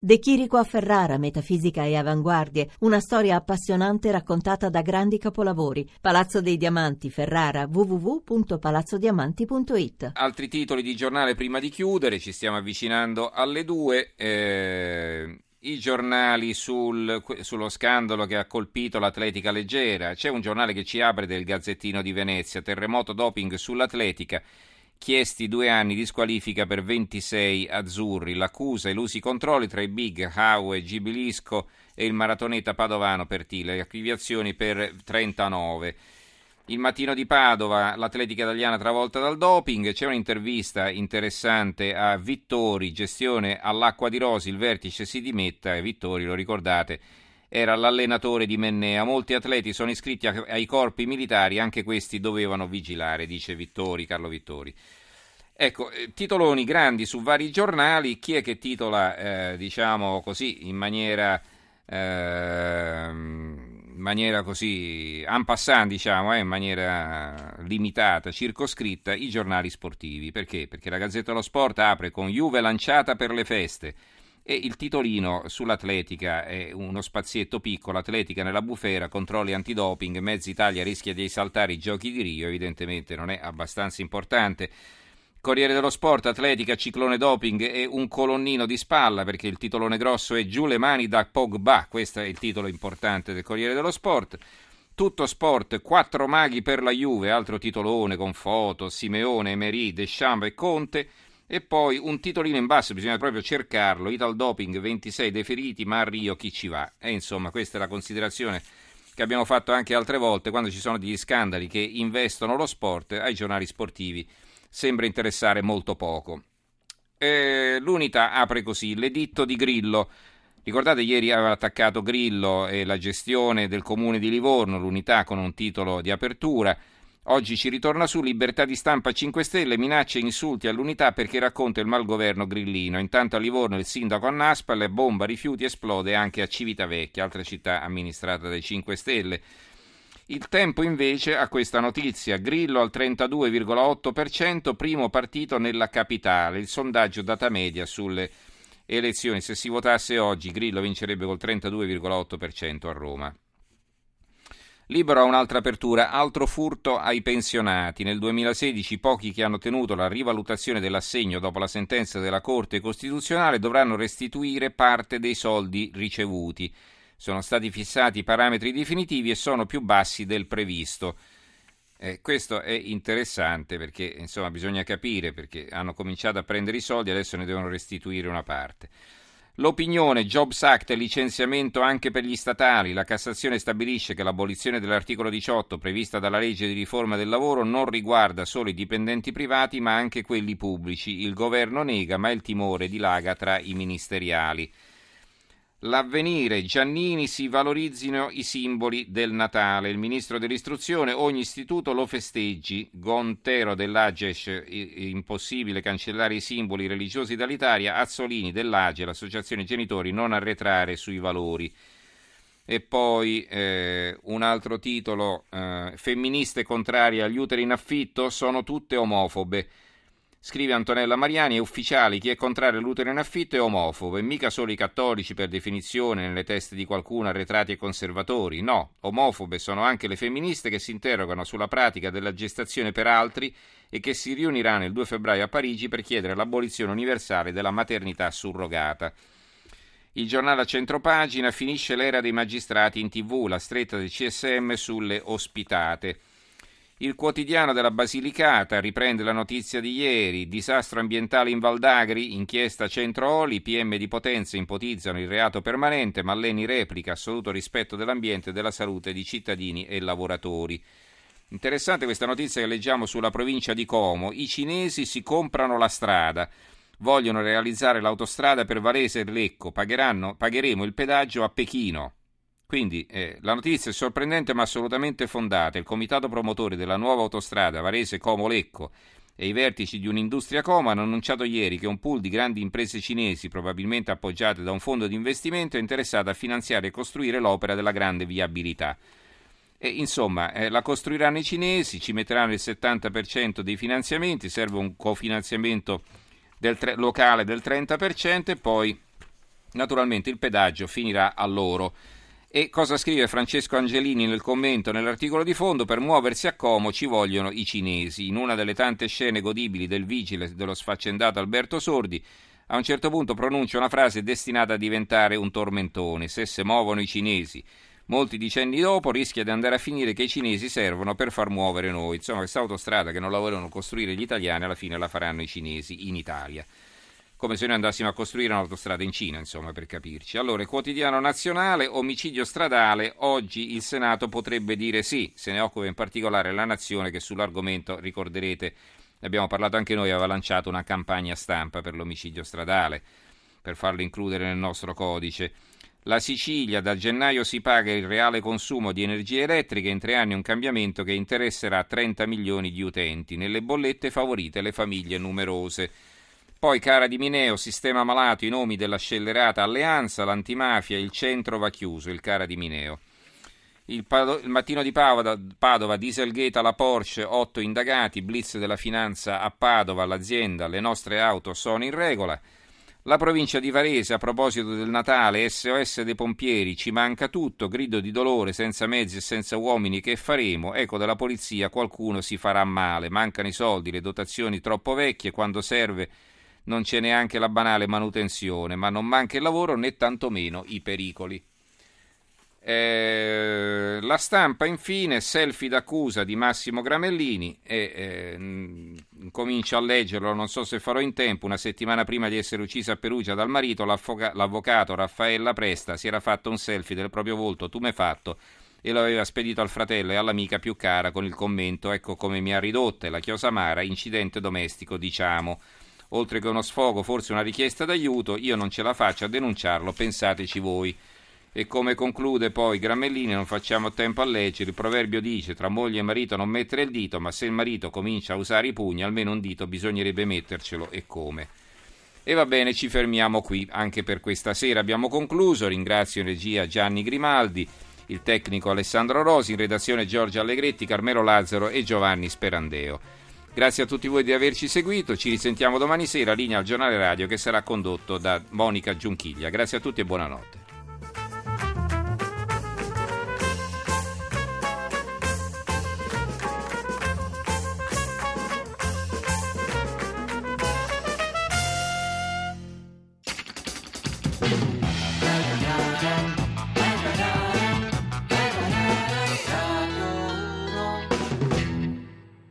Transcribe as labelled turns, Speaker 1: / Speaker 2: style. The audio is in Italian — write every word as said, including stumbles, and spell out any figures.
Speaker 1: De Chirico a Ferrara, metafisica e avanguardie, una storia appassionante raccontata da grandi capolavori. Palazzo dei Diamanti, Ferrara, w w w punto palazzo diamanti punto i t.
Speaker 2: Altri titoli di giornale prima di chiudere, ci stiamo avvicinando alle due. Eh, I giornali sul, sullo scandalo che ha colpito l'atletica leggera. C'è un giornale che ci apre del Gazzettino di Venezia, terremoto doping sull'atletica. Chiesti due anni di squalifica per ventisei azzurri, l'accusa e l'usi controlli tra i big Howe, Gibilisco e il maratoneta padovano Pertile, le archiviazioni per trentanove. Il Mattino di Padova, l'atletica italiana travolta dal doping, c'è un'intervista interessante a Vittori, gestione all'Acqua di Rosi, il vertice si dimetta e Vittori, lo ricordate, era l'allenatore di Mennea. Molti atleti sono iscritti ai corpi militari, anche questi dovevano vigilare, dice Vittori, Carlo Vittori. Ecco, titoloni grandi su vari giornali. Chi è che titola, eh, diciamo così, in maniera, eh, in maniera così, en passant, diciamo, eh, in maniera limitata, circoscritta, i giornali sportivi. Perché? Perché la Gazzetta dello Sport apre con Juve lanciata per le feste. E il titolino sull'atletica è uno spazietto piccolo, atletica nella bufera, controlli antidoping, mezza Italia rischia di saltare i giochi di Rio, evidentemente non è abbastanza importante. Corriere dello Sport, atletica, ciclone doping e un colonnino di spalla, perché il titolone grosso è giù le mani da Pogba, questo è il titolo importante del Corriere dello Sport. Tutto Sport, quattro maghi per la Juve, altro titolone con foto, Simeone, Emery, Deschamps e Conte. E poi un titolino in basso, bisogna proprio cercarlo, Ital Doping, ventisei deferiti, ma a Rio chi ci va? E insomma, questa è la considerazione che abbiamo fatto anche altre volte, quando ci sono degli scandali che investono lo sport, ai giornali sportivi sembra interessare molto poco. E l'Unità apre così, l'editto di Grillo. Ricordate, ieri aveva attaccato Grillo e la gestione del comune di Livorno, l'Unità con un titolo di apertura. Oggi ci ritorna su, libertà di stampa cinque Stelle, minacce e insulti all'Unità perché racconta il malgoverno grillino. Intanto a Livorno il sindaco a Naspal, bomba rifiuti esplode anche a Civitavecchia, altra città amministrata dai cinque Stelle. Il Tempo invece ha questa notizia, Grillo al trentadue virgola otto per cento, primo partito nella capitale, il sondaggio data media sulle elezioni. Se si votasse oggi Grillo vincerebbe col trentadue virgola otto per cento a Roma. Libero ha un'altra apertura, altro furto ai pensionati. Nel duemilasedici pochi che hanno ottenuto la rivalutazione dell'assegno dopo la sentenza della Corte Costituzionale dovranno restituire parte dei soldi ricevuti. Sono stati fissati i parametri definitivi e sono più bassi del previsto. Eh, questo è interessante perché insomma bisogna capire, perché hanno cominciato a prendere i soldi e adesso ne devono restituire una parte. L'Opinione, Jobs Act, licenziamento anche per gli statali. La Cassazione stabilisce che l'abolizione dell'articolo diciotto prevista dalla legge di riforma del lavoro non riguarda solo i dipendenti privati ma anche quelli pubblici. Il governo nega, ma il timore dilaga tra i ministeriali. L'Avvenire, Giannini, si valorizzino i simboli del Natale. Il ministro dell'istruzione, ogni istituto lo festeggi. Gontero dell'Agesh, impossibile cancellare i simboli religiosi dall'Italia. Azzolini dell'Age, l'associazione genitori, non arretrare sui valori. E poi eh, un altro titolo, eh, femministe contrarie agli uteri in affitto, sono tutte omofobe. Scrive Antonella Mariani, è ufficiale, chi è contrario all'utero in affitto è omofobo, e mica solo i cattolici per definizione nelle teste di qualcuno arretrati e conservatori, no, omofobe sono anche le femministe che si interrogano sulla pratica della gestazione per altri e che si riuniranno il due febbraio a Parigi per chiedere l'abolizione universale della maternità surrogata. Il giornale a centropagina, finisce l'era dei magistrati in tv, la stretta del C S M sulle ospitate. Il Quotidiano della Basilicata riprende la notizia di ieri, disastro ambientale in Valdagri, inchiesta Centro Oli, P M di Potenza ipotizzano il reato permanente, Malleni replica assoluto rispetto dell'ambiente e della salute di cittadini e lavoratori. Interessante questa notizia che leggiamo sulla provincia di Como, i cinesi si comprano la strada, vogliono realizzare l'autostrada per Varese e Lecco, pagheranno, pagheremo il pedaggio a Pechino. Quindi eh, la notizia è sorprendente ma assolutamente fondata. Il comitato promotore della nuova autostrada Varese-Como-Lecco e i vertici di un'industria Como hanno annunciato ieri che un pool di grandi imprese cinesi, probabilmente appoggiate da un fondo di investimento, è interessato a finanziare e costruire l'opera della grande viabilità. E insomma, eh, la costruiranno i cinesi, ci metteranno il settanta per cento dei finanziamenti, serve un cofinanziamento del tre- locale del trenta per cento e poi naturalmente il pedaggio finirà a loro. E cosa scrive Francesco Angelini nel commento nell'articolo di fondo? Per muoversi a Como ci vogliono i cinesi. In una delle tante scene godibili del vigile dello sfaccendato Alberto Sordi, a un certo punto pronuncia una frase destinata a diventare un tormentone: se se muovono i cinesi. Molti decenni dopo rischia di andare a finire che i cinesi servono per far muovere noi. Insomma, questa autostrada che non la volevano costruire gli italiani, alla fine la faranno i cinesi in Italia. Come se noi andassimo a costruire un'autostrada in Cina, insomma, per capirci. Allora, quotidiano nazionale, omicidio stradale, oggi il Senato potrebbe dire sì, se ne occupa in particolare La Nazione, che sull'argomento, ricorderete, ne abbiamo parlato anche noi, aveva lanciato una campagna stampa per l'omicidio stradale, per farlo includere nel nostro codice. La Sicilia, da gennaio si paga il reale consumo di energia elettrica, in tre anni un cambiamento che interesserà trenta milioni di utenti, nelle bollette favorite le famiglie numerose. Poi Cara di Mineo, sistema malato, i nomi della scellerata alleanza, l'antimafia, il centro va chiuso, il Cara di Mineo. Il, Pado- il mattino di Padova, Padova, Dieselgate alla Porsche, otto indagati, blitz della finanza a Padova, l'azienda, le nostre auto sono in regola. La provincia di Varese, a proposito del Natale, S O S dei pompieri, ci manca tutto, grido di dolore, senza mezzi e senza uomini, che faremo? Eco della polizia, qualcuno si farà male, mancano i soldi, le dotazioni troppo vecchie, quando serve non c'è neanche la banale manutenzione, ma non manca il lavoro né tantomeno i pericoli. Eh, la Stampa, infine, selfie d'accusa di Massimo Gramellini, e eh, comincio a leggerlo, non so se farò in tempo. Una settimana prima di essere uccisa a Perugia dal marito, l'avvocato Raffaella Presta si era fatto un selfie del proprio volto tumefatto e lo aveva spedito al fratello e all'amica più cara con il commento: ecco come mi ha ridotta, e la chiosa amara, incidente domestico, diciamo. Oltre che uno sfogo, forse una richiesta d'aiuto, io non ce la faccio a denunciarlo, pensateci voi. E come conclude poi Gramellini, non facciamo tempo a leggere, il proverbio dice: tra moglie e marito non mettere il dito, ma se il marito comincia a usare i pugni, almeno un dito bisognerebbe mettercelo, e come. E va bene, ci fermiamo qui, anche per questa sera abbiamo concluso. Ringrazio in regia Gianni Grimaldi, il tecnico Alessandro Rosi, in redazione Giorgio Allegretti, Carmelo Lazzaro e Giovanni Sperandeo. Grazie a tutti voi di averci seguito, ci risentiamo domani sera, linea al giornale radio che sarà condotto da Monica Giunchiglia. Grazie a tutti e buonanotte.